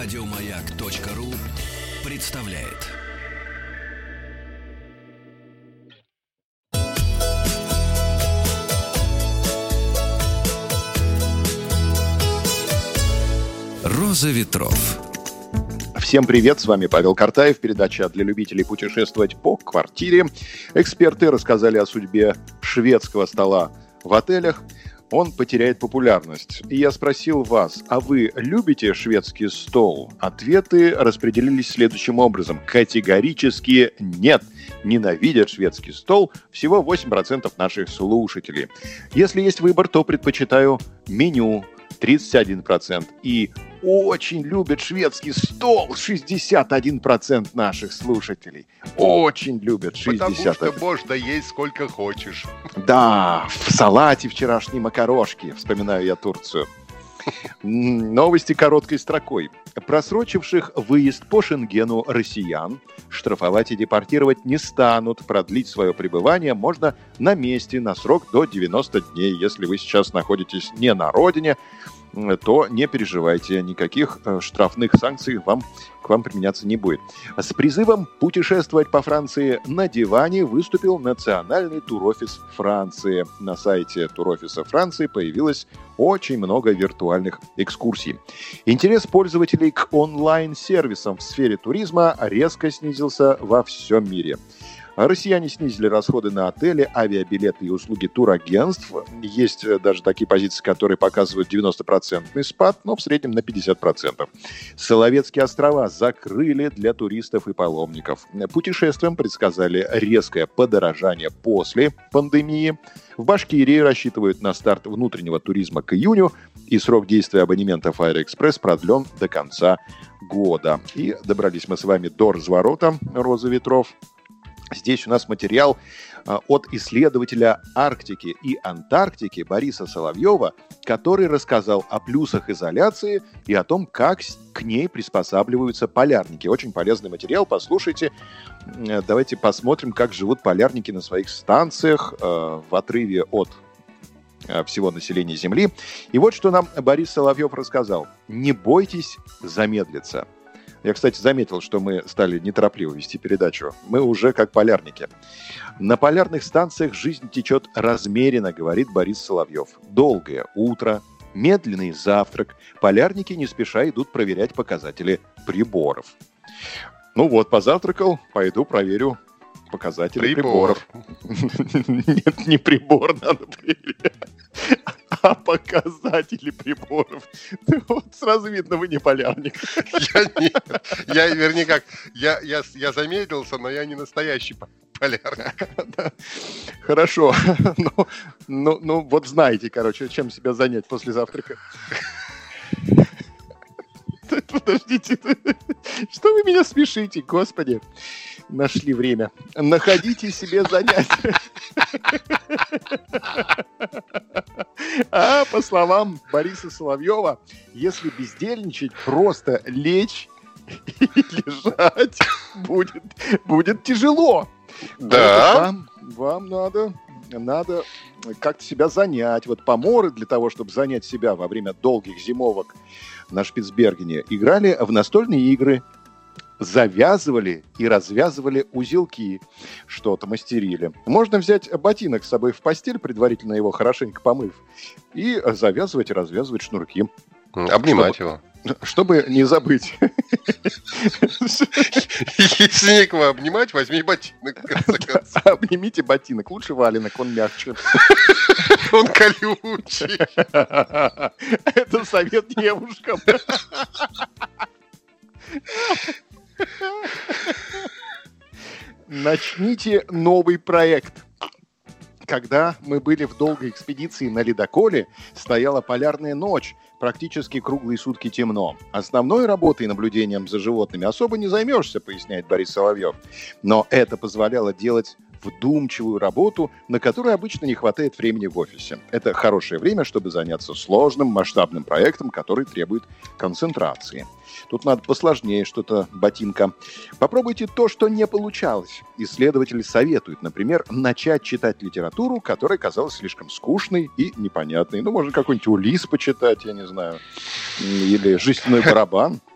Радиомаяк.ру представляет. Роза ветров. Всем привет, с вами Павел Картаев, передача для любителей путешествовать по квартире. Эксперты рассказали о судьбе шведского стола в отелях. Он потеряет популярность. И я спросил вас, а вы любите шведский стол? Ответы распределились следующим образом. Категорически нет. Ненавидят шведский стол всего 8% наших слушателей. Если есть выбор, то предпочитаю меню. 31%. И очень любят шведский стол 61% наших слушателей. Очень любят 61%. Потому что можно есть сколько хочешь. Да, в салате вчерашней макарошки. Вспоминаю я Турцию. Новости короткой строкой. Просрочивших выезд по Шенгену россиян штрафовать и депортировать не станут. Продлить свое пребывание можно на месте на срок до 90 дней. Если вы сейчас находитесь не на родине, то не переживайте, никаких штрафных санкций к вам применяться не будет. С призывом путешествовать по Франции на диване выступил Национальный турофис Франции. На сайте турофиса Франции появилось очень много виртуальных экскурсий. Интерес пользователей к онлайн-сервисам в сфере туризма резко снизился во всем мире. Россияне снизили расходы на отели, авиабилеты и услуги турагентств. Есть даже такие позиции, которые показывают 90% спад, но в среднем на 50%. Соловецкие острова закрыли для туристов и паломников. Путешествиям предсказали резкое подорожание после пандемии. В Башкирии рассчитывают на старт внутреннего туризма к июню, и срок действия абонементов Аэроэкспресс продлен до конца года. И добрались мы с вами до разворота «Розы ветров». Здесь у нас материал от исследователя Арктики и Антарктики Бориса Соловьева, который рассказал о плюсах изоляции и о том, как к ней приспосабливаются полярники. Очень полезный материал, послушайте. Давайте посмотрим, как живут полярники на своих станциях в отрыве от всего населения Земли. И вот что нам Борис Соловьев рассказал. Не бойтесь замедлиться. Я, кстати, заметил, что мы стали неторопливо вести передачу. Мы уже как полярники. На полярных станциях жизнь течет размеренно, говорит Борис Соловьев. Долгое утро, медленный завтрак. Полярники не спеша идут проверять показатели приборов. Ну вот, позавтракал, пойду проверю показатели приборов. Нет, не прибор надо проверять, а показатели приборов. Вот сразу видно, вы не полярник. Я замедлился, но я не настоящий полярник. Хорошо. Ну, вот знаете, короче, чем себя занять после завтрака. Подождите, что вы меня смешите, господи. Нашли время. Находите себе занятия. А по словам Бориса Соловьева, если бездельничать, просто лечь и лежать будет тяжело. Да. Вам надо как-то себя занять. Вот поморы для того, чтобы занять себя во время долгих зимовок на Шпицбергене, играли в настольные игры, завязывали и развязывали узелки, что-то мастерили. Можно взять ботинок с собой в постель, предварительно его хорошенько помыв, и завязывать и развязывать шнурки. Обнимать его. Чтобы не забыть. Если некого обнимать, возьми ботинок. Обнимите ботинок. Лучше валенок, он мягче. Он колючий. Это совет девушкам. Начните новый проект. Когда мы были в долгой экспедиции на ледоколе, стояла полярная ночь, практически круглые сутки темно. Основной работой и наблюдением за животными особо не займешься, поясняет Борис Соловьев. Но это позволяло делать вдумчивую работу, на которую обычно не хватает времени в офисе. Это хорошее время, чтобы заняться сложным, масштабным проектом, который требует концентрации. Тут надо посложнее что-то, ботинка. Попробуйте то, что не получалось. Исследователи советуют, например, начать читать литературу, которая казалась слишком скучной и непонятной. Ну, можно какой-нибудь Улисс почитать, я не знаю. Или «Жестяной барабан».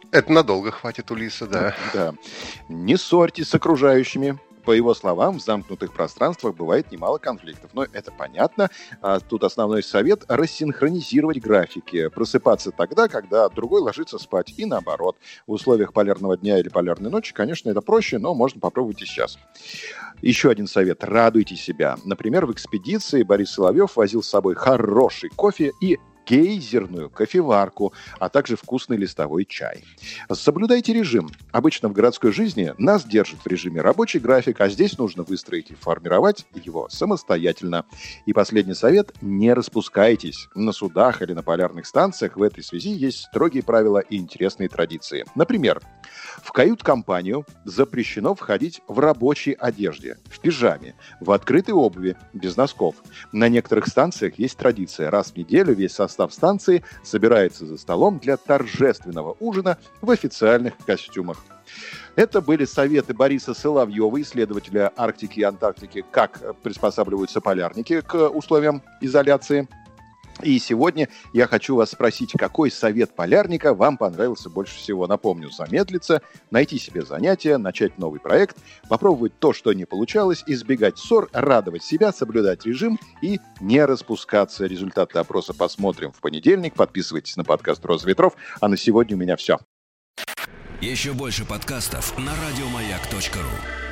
Это надолго хватит у лиса, да. Да. Не ссорьтесь с окружающими. По его словам, в замкнутых пространствах бывает немало конфликтов. Но это понятно. А тут основной совет – рассинхронизировать графики. Просыпаться тогда, когда другой ложится спать. И наоборот. В условиях полярного дня или полярной ночи, конечно, это проще, но можно попробовать и сейчас. Еще один совет – радуйте себя. Например, в экспедиции Борис Соловьев возил с собой хороший кофе и гейзерную кофеварку, а также вкусный листовой чай. Соблюдайте режим. Обычно в городской жизни нас держит в режиме рабочий график, а здесь нужно выстроить и формировать его самостоятельно. И последний совет – не распускайтесь. На судах или на полярных станциях в этой связи есть строгие правила и интересные традиции. Например, в кают-компанию запрещено входить в рабочей одежде, в пижаме, в открытой обуви, без носков. На некоторых станциях есть традиция. Раз в неделю весь состав станции собирается за столом для торжественного ужина в официальных костюмах. Это были советы Бориса Соловьева, исследователя Арктики и Антарктики, как приспосабливаются полярники к условиям изоляции. И сегодня я хочу вас спросить, какой совет полярника вам понравился больше всего. Напомню, замедлиться, найти себе занятие, начать новый проект, попробовать то, что не получалось, избегать ссор, радовать себя, соблюдать режим и не распускаться. Результаты опроса посмотрим в понедельник. Подписывайтесь на подкаст «Роза ветров». А на сегодня у меня все. Еще больше подкастов на радиомаяк.ру.